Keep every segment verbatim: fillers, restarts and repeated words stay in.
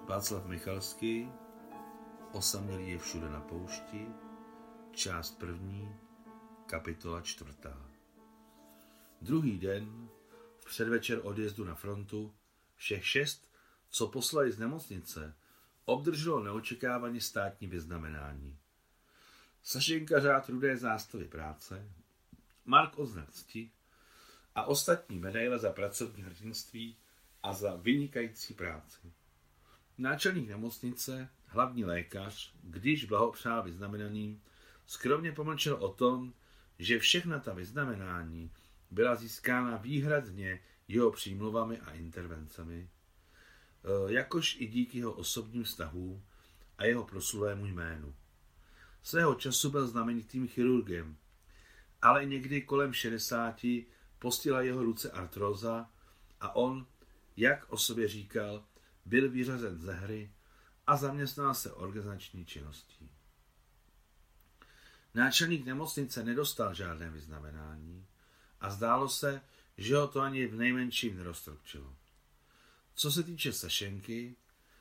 Václav Michalský, Osamělý je všude na poušti, část první, kapitola čtvrtá. Druhý den, v předvečer odjezdu na frontu, všech šest, co poslali z nemocnice, obdrželo neočekávaně státní vyznamenání. Sašenka řád Rudé zástavy práce, Mark odznak cti a ostatní medaile za pracovní hrdinství a za vynikající práci. Náčelník nemocnice, hlavní lékař, když blahopřál vyznamenaným, skromně pomlčel o tom, že všechna ta vyznamenání byla získána výhradně jeho přímluvami a intervencemi, jakož i díky jeho osobním vztahům a jeho proslulému jménu. Svého času byl znamenitým chirurgem, ale někdy kolem šedesáti postihla jeho ruce artróza a on, jak o sobě říkal, byl vyřazen ze hry a zaměstnal se organizační činností. Náčelník nemocnice nedostal žádné vyznamenání a zdálo se, že ho to ani v nejmenším neroztrpčilo. Co se týče Sašenky,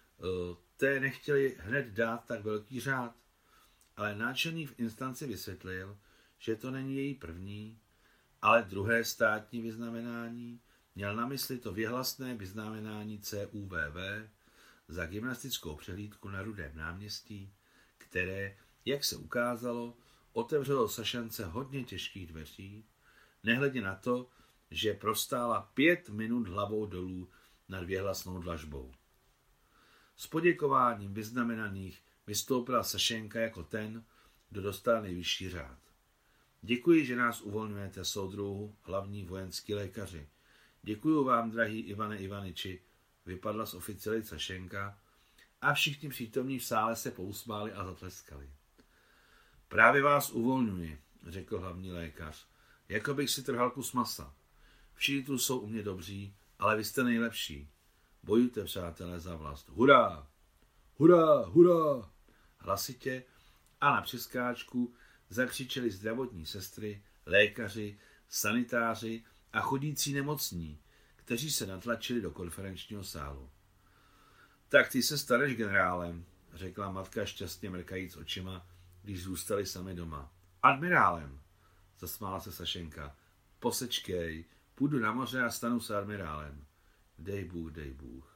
té nechtěli hned dát tak velký řád, ale náčelník v instanci vysvětlil, že to není její první, ale druhé státní vyznamenání, měl na mysli to věhlasné vyznamenání C U V V za gymnastickou přehlídku na Rudém náměstí, které, jak se ukázalo, otevřelo Sašence hodně těžkých dveří, nehledě na to, že prostála pět minut hlavou dolů nad věhlasnou dlažbou. S poděkováním vyznamenaných vystoupila Sašenka jako ten, kdo dostal nejvyšší řád. Děkuji, že nás uvolňujete, soudruhu, hlavní vojenský lékaři. Děkuji vám, drahý Ivane Ivaniči, vypadla z oficialy Sašenka a všichni přítomní v sále se pousmáli a zatleskali. Právě vás uvolňuji, řekl hlavní lékař, jako bych si trhal kus masa. Všichni tu jsou u mě dobří, ale vy jste nejlepší. Bojujte, přátelé, za vlast. Hurá! Hurá! Hurá! Hlasitě a na přeskáčku zakřičeli zdravotní sestry, lékaři, sanitáři a chodící nemocní, kteří se natlačili do konferenčního sálu. Tak ty se staneš generálem, řekla matka šťastně mrkajíc očima, když zůstali sami doma. Admirálem, zasmála se Sašenka. Posečkej, půjdu na moře a stanu se admirálem. Dej Bůh, dej Bůh.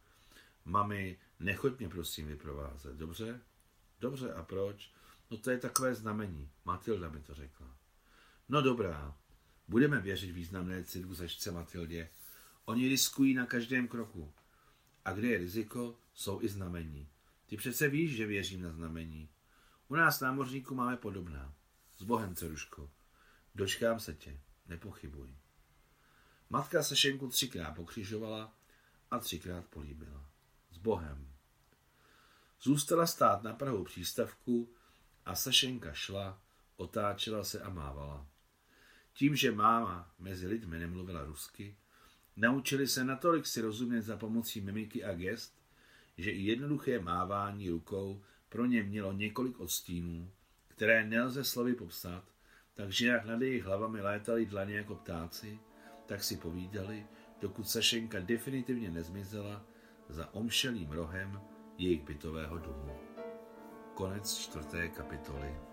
Mami, nechoď mě prosím vyprovázet, dobře? Dobře, a proč? No to je takové znamení, Matilda mi to řekla. No dobrá, budeme věřit významné cirkusačce Matildě. Oni riskují na každém kroku. A kde je riziko, jsou i znamení. Ty přece víš, že věřím na znamení. U nás námořníků máme podobná. S Bohem, dceruško. Dočkám se tě, nepochybuj. Matka Sašenku třikrát pokřižovala a třikrát políbila. S Bohem. Zůstala stát na prahu přístavku a Sašenka šla, otáčela se a mávala. Tím, že máma mezi lidmi nemluvila rusky, naučili se natolik si rozumět za pomocí mimiky a gest, že i jednoduché mávání rukou pro ně mělo několik odstínů, které nelze slovy popsat, takže jak nad jejich hlavami létali dlaně jako ptáci, tak si povídali, dokud Sašenka definitivně nezmizela za omšelým rohem jejich bytového domu. Konec čtvrté kapitoly.